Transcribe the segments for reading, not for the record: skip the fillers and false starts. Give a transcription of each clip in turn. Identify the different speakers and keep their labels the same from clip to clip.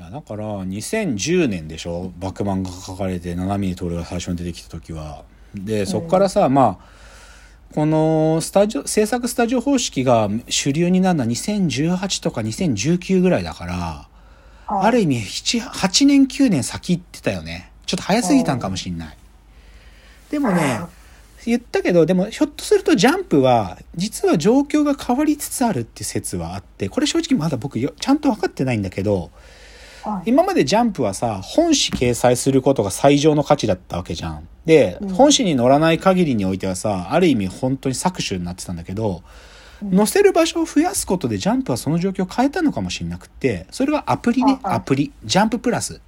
Speaker 1: やだから2010年でしょ、バックマンが書かれて七峰徹が最初に出てきた時は。でそっからさ、まあこの制作スタジオ方式が主流になるのは2018とか2019ぐらいだから、ある意味8年9年先行ってたよね。ちょっと早すぎたんかもしんない。でもね、言ったけど、でもひょっとするとジャンプは実は状況が変わりつつあるって説はあって、これ正直まだ僕ちゃんと分かってないんだけど、今までジャンプはさ、本誌掲載することが最上の価値だったわけじゃん。で、本誌に載らない限りにおいてはさ、ある意味本当に搾取になってたんだけど、載せる場所を増やすことでジャンプはその状況を変えたのかもしれなくて、それがアプリね、アプリ。ジャンププラス。ジ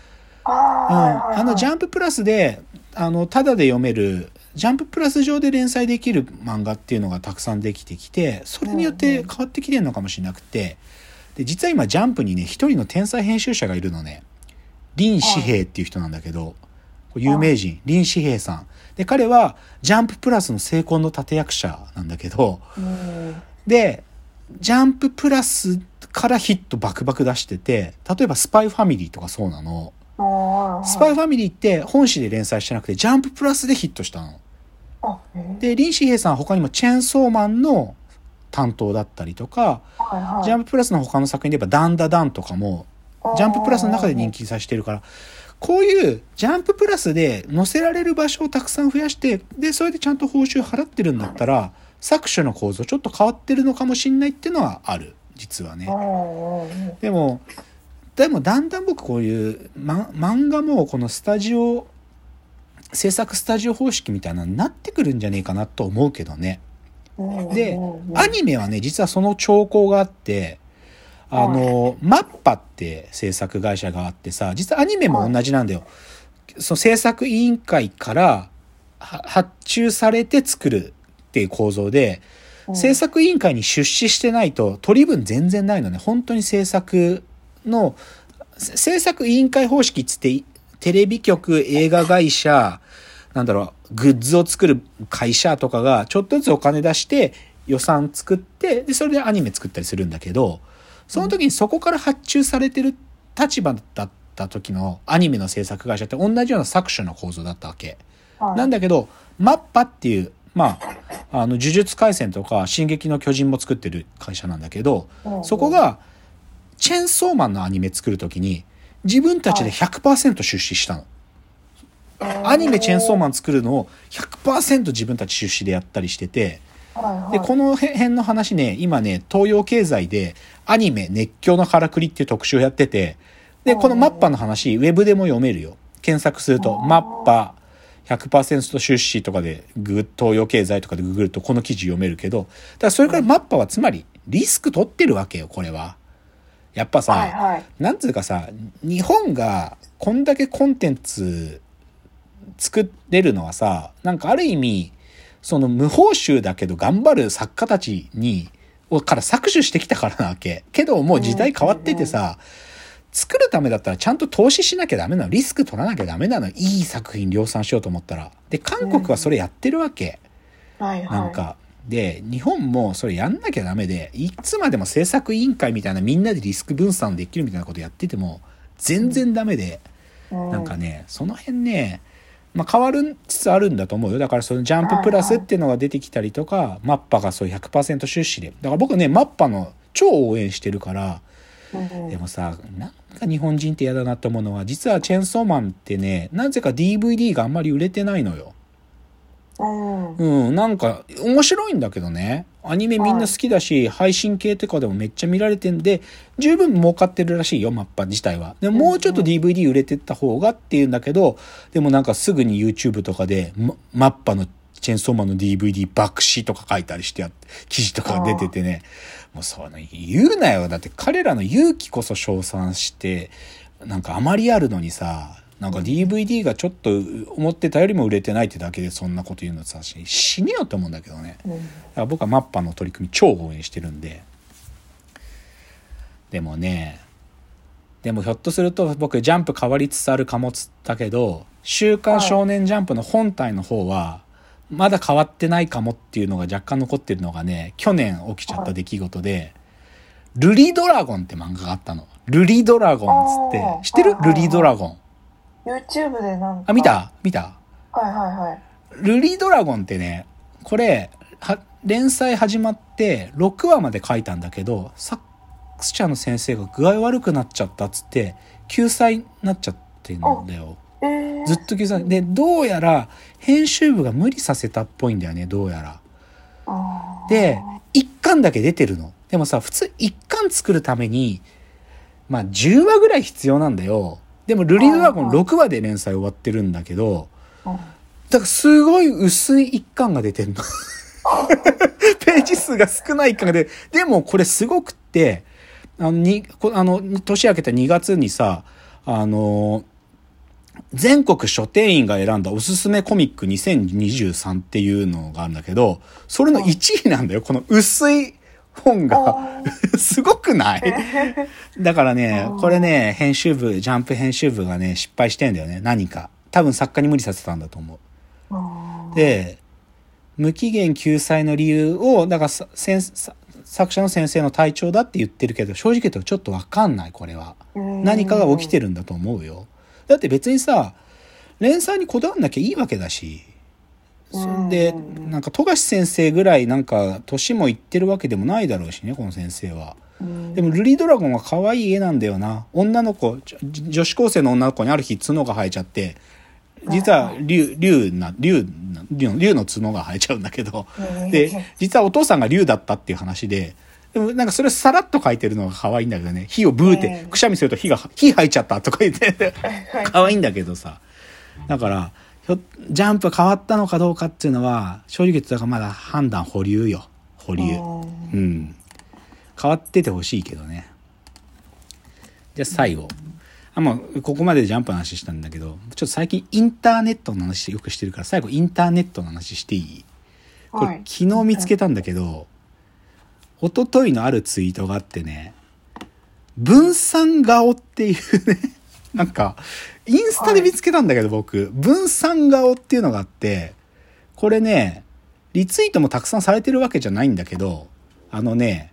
Speaker 1: ャンププラスで、タダで読める、ジャンププラス上で連載できる漫画っていうのがたくさんできてきて、それによって変わってきてるのかもしれなくて、で実は今ジャンプにね、一人の天才編集者がいるのね。林志平っていう人なんだけど、有名人、林志平さん。で、彼はジャンププラスの成功の立役者なんだけど、で、ジャンププラスからヒットバクバク出してて、例えばスパイファミリーとかそうなの。スパイファミリーって本誌で連載してなくて、ジャンププラスでヒットしたの。で、林志平さんは他にもチェーンソーマンの担当だったりとか、ジャンププラスの他の作品で言えばダンダダンとかもジャンププラスの中で人気させてるから、こういうジャンププラスで載せられる場所をたくさん増やして、でそれでちゃんと報酬払ってるんだったら、作者の構造ちょっと変わってるのかもしんないっていうのはある、実はね。でもだんだん僕こういう、漫画もこの制作スタジオ方式みたいなのになってくるんじゃねえかなと思うけどね。で、アニメはね、実はその兆候があって、マッパって制作会社があってさ、実はアニメも同じなんだよ。その制作委員会から発注されて作るっていう構造で、制作委員会に出資してないと取り分全然ないのね。本当に制作委員会方式っつって、テレビ局、映画会社、グッズを作る会社とかがちょっとずつお金出して予算作って、でそれでアニメ作ったりするんだけど、その時にそこから発注されてる立場だった時のアニメの制作会社って同じような搾取の構造だったわけなんだけど、マッパっていう、呪術廻戦とか進撃の巨人も作ってる会社なんだけど、そこがチェーンソーマンのアニメ作る時に自分たちで 100% 出資したの。アニメチェーンソーマン作るのを 100% 自分たち出資でやったりしてて、でこの辺の話ね、今ね、東洋経済でアニメ熱狂のからくりっていう特集をやってて、でこのマッパの話ウェブでも読めるよ。検索するとマッパ 100% 出資とかで東洋経済とかでググるとこの記事読めるけど、だからそれからマッパはつまりリスク取ってるわけよ。これはやっぱさ、なんつうかさ、日本がこんだけコンテンツ作れるのはさ、なんかある意味その無報酬だけど頑張る作家たちから搾取してきたからなわけ。けどもう時代変わっててさ、作るためだったらちゃんと投資しなきゃダメなの。リスク取らなきゃダメなの。いい作品量産しようと思ったら。で、韓国はそれやってるわけ。なんか。で、日本もそれやんなきゃダメで、いつまでも制作委員会みたいなみんなでリスク分散できるみたいなことやってても全然ダメで、なんかね、その辺ね、変わりつつあるんだと思うよ。だからそのジャンププラスっていうのが出てきたりとか、マッパがそういう 100% 出資で。だから僕ね、マッパの超応援してるから、でもさ、なんか日本人って嫌だなと思うのは、実はチェーンソーマンってね、なぜか DVD があんまり売れてないのよ。なんか面白いんだけどね。アニメみんな好きだし、配信系とかでもめっちゃ見られてんで、十分儲かってるらしいよ、マッパ自体は。でももうちょっと DVD 売れてった方がっていうんだけど、でもなんかすぐに YouTube とかで、マッパのチェーンソーマンの DVD 爆死とか書いたりして記事とかが出ててね、もうそう言うなよ。だって彼らの勇気こそ称賛して、なんかあまりあるのにさ、なんか DVD がちょっと思ってたよりも売れてないってだけでそんなこと言うのさ、死ねよって思うんだけどね。だから僕はマッパの取り組み超応援してるんで。でもひょっとすると僕ジャンプ変わりつつあるかもっつったけど、週刊少年ジャンプの本体の方はまだ変わってないかもっていうのが若干残ってるのがね、去年起きちゃった出来事で、ルリドラゴンって漫画があったの。 ルリドラゴンっつって、知ってる？ルリドラゴン。
Speaker 2: YouTube でなんか。
Speaker 1: あ、見た？
Speaker 2: はいはいはい。
Speaker 1: ルリドラゴンってね、これ、連載始まって6話まで書いたんだけど、作者の先生が具合悪くなっちゃったっつって、救済になっちゃってるんだよ。ずっと救済。で、どうやら編集部が無理させたっぽいんだよね、どうやら。で、1巻だけ出てるの。でもさ、普通1巻作るために、まあ10話ぐらい必要なんだよ。でもルリドラゴン6話で連載終わってるんだけど、だからすごい薄い1巻が出てるの。ページ数が少ない1巻が出てる。でもこれすごくって、年明けた2月にさ、全国書店員が選んだおすすめコミック2023っていうのがあるんだけど、それの1位なんだよ。この薄い本が。すごくない？だからね、これね、ジャンプ編集部がね、失敗してんだよね。何か。多分作家に無理させたんだと思う。で、無期限救済の理由を、だから作者の先生の体調だって言ってるけど、正直言うとちょっとわかんない、これは。何かが起きてるんだと思うよ。だって別にさ、連載にこだわんなきゃいいわけだし。で、なんか富樫先生ぐらいなんか年もいってるわけでもないだろうしね、この先生は。でもルリドラゴンは可愛い絵なんだよな。女の子、女子高生の女の子にある日角が生えちゃって、実は竜の角が生えちゃうんだけど、で、実はお父さんが竜だったっていう話で、でもなんかそれさらっと書いてるのが可愛いんだけどね、火をブーってくしゃみすると火吐いちゃったとか言って可愛いんだけどさ。だからジャンプ変わったのかどうかっていうのは正直言ってたからまだ判断保留よ。保留。うん。変わっててほしいけどね。じゃあ最後。まあ、ここまでジャンプの話したんだけど、ちょっと最近インターネットの話よくしてるから、最後インターネットの話していい？これ昨日見つけたんだけど、一昨日のあるツイートがあってね、分散顔っていうね、なんか、インスタで見つけたんだけど僕、分散顔っていうのがあって、これね、リツイートもたくさんされてるわけじゃないんだけど、あ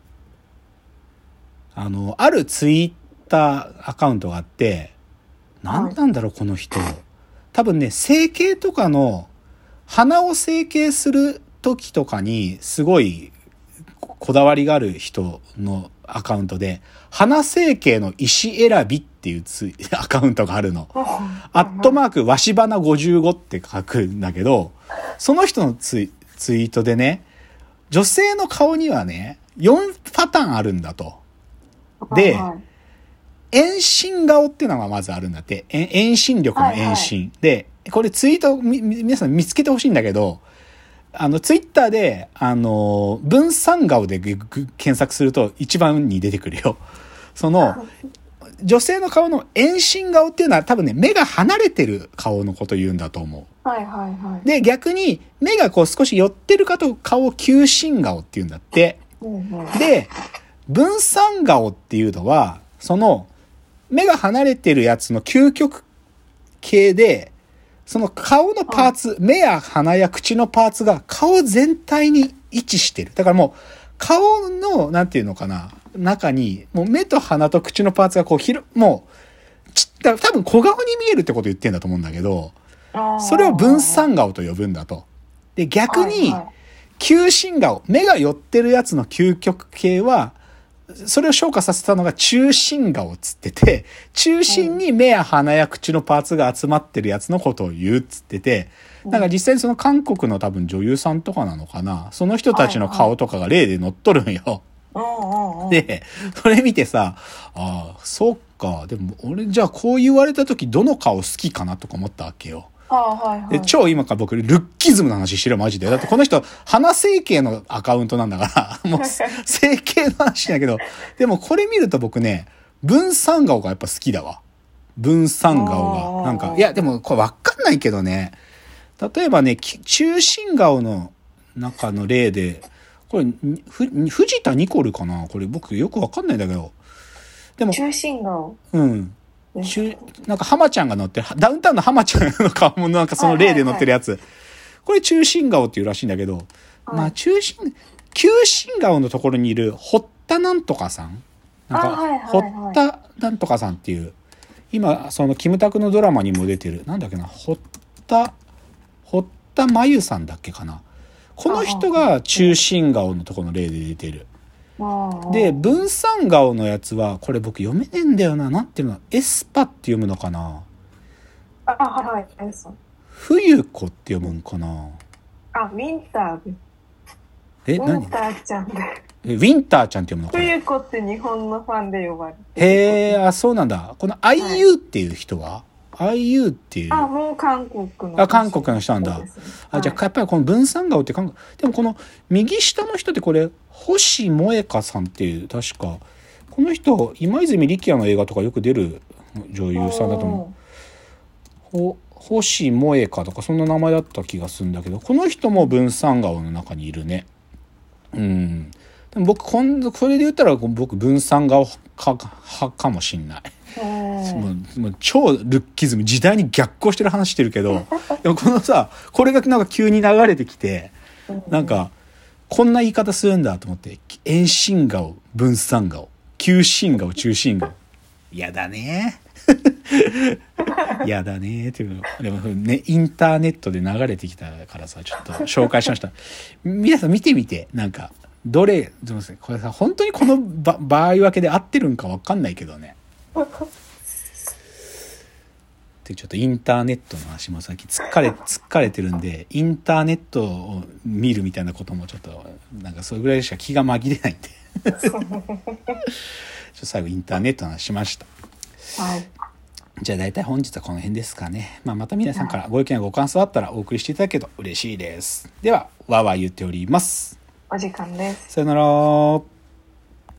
Speaker 1: るツイーターアカウントがあって、何なんだろうこの人。多分ね、整形とかの、鼻を整形する時とかにすごいこだわりがある人のアカウントで、鼻整形の石選びっていうアカウントがあるの。@わしばな55って書くんだけど、その人のツイートでね、女性の顔にはね、4パターンあるんだと。で、遠心顔っていうのがまずあるんだって。遠心力の遠心。で、これツイート皆さん見つけてほしいんだけど、ツイッターで、分散顔で検索すると一番に出てくるよ。その、女性の顔の遠心顔っていうのは多分ね、目が離れてる顔のこと言うんだと思う。で、逆に目がこう少し寄ってる顔を球心顔って言うんだって。で、分散顔っていうのは、その、目が離れてるやつの究極系で、その顔のパーツ、目や鼻や口のパーツが顔全体に位置してる。だからもう、顔の、なんていうのかな、中に、もう目と鼻と口のパーツがこうもう、多分小顔に見えるってことを言ってんだと思うんだけど、それを分散顔と呼ぶんだと。で、逆に、球心顔、目が寄ってるやつの究極系は、それを昇華させたのが中心顔っつってて、中心に目や鼻や口のパーツが集まってるやつのことを言うっつってて、なんか実際にその韓国の多分女優さんとかなのかな、その人たちの顔とかが例で載っとるんよ。で、それ見てさ、ああ、そっか、でも俺じゃあこう言われた時どの顔好きかなとか思ったわけよ。で、超今から僕ルッキズムの話してるマジで。だってこの人鼻整形のアカウントなんだからもう整形の話だけど、でもこれ見ると僕ね、分散顔がやっぱ好きだわ。分散顔がなんか、いやでもこれわかんないけどね、例えばね、中心顔の中の例で、これ藤田ニコルかな、これ僕よくわかんないんだけど、でも
Speaker 2: 中心顔、
Speaker 1: なんか浜ちゃんが乗ってる、ダウンタウンの浜ちゃんの顔もなんかその例で乗ってるやつ、これ中心顔っていうらしいんだけど、まあ球心顔のところにいる堀田なんとかさん、 なんか、
Speaker 2: はいはいはい
Speaker 1: 堀田なんとかさんっていう、今そのキムタクのドラマにも出てる、なんだっけな、堀田真由さんだっけかな。この人が中心顔のところの例で出てる。で分散顔のやつはこれ僕読めねえんだよな。なんていうの、エスパって読むのかな、
Speaker 2: はいはい。
Speaker 1: 冬子って読むんかな。
Speaker 2: ウィンターで。ウィ
Speaker 1: 何
Speaker 2: ンターちゃんで。
Speaker 1: ウィンターちゃんって読むのかな。
Speaker 2: 冬子って日本のファンで呼ばれて。
Speaker 1: へえ、あ、そうなんだ。この IU っていう人は、IU っていう。
Speaker 2: もう韓国の。
Speaker 1: 韓国の人なんだ。じゃあやっぱりこの分散顔って韓国。でもこの右下の人ってこれ、星萌香さんっていう、確か。この人、今泉力也の映画とかよく出る女優さんだと思う。星萌香とかそんな名前だった気がするんだけど、この人も分散顔の中にいるね。でも僕今度これで言ったら僕分散顔派かもしんない。もう超ルッキズム、時代に逆行してる話してるけどでもこのさ、これがなんか急に流れてきて、なんかこんな言い方するんだと思って、遠心顔、分散顔、急心顔、中心顔、やだねやだねっていうの。でもね、インターネットで流れてきたからさ、ちょっと紹介しました。皆さん見てみて、なんかどれ、これさ、本当にこの場合分けで合ってるんか分かんないけどね。でちょっとインターネットの話もさっきつっかれてるんで、インターネットを見るみたいなこともちょっとなんかそれぐらいしか気が紛れないんでちょっと最後インターネットの話しました。
Speaker 2: はい。
Speaker 1: じゃあ大体本日はこの辺ですかね。また皆さんからご意見やご感想あったらお送りしていただけると嬉しいです。ではわーわー言っております。
Speaker 2: お時間です。
Speaker 1: さよなら。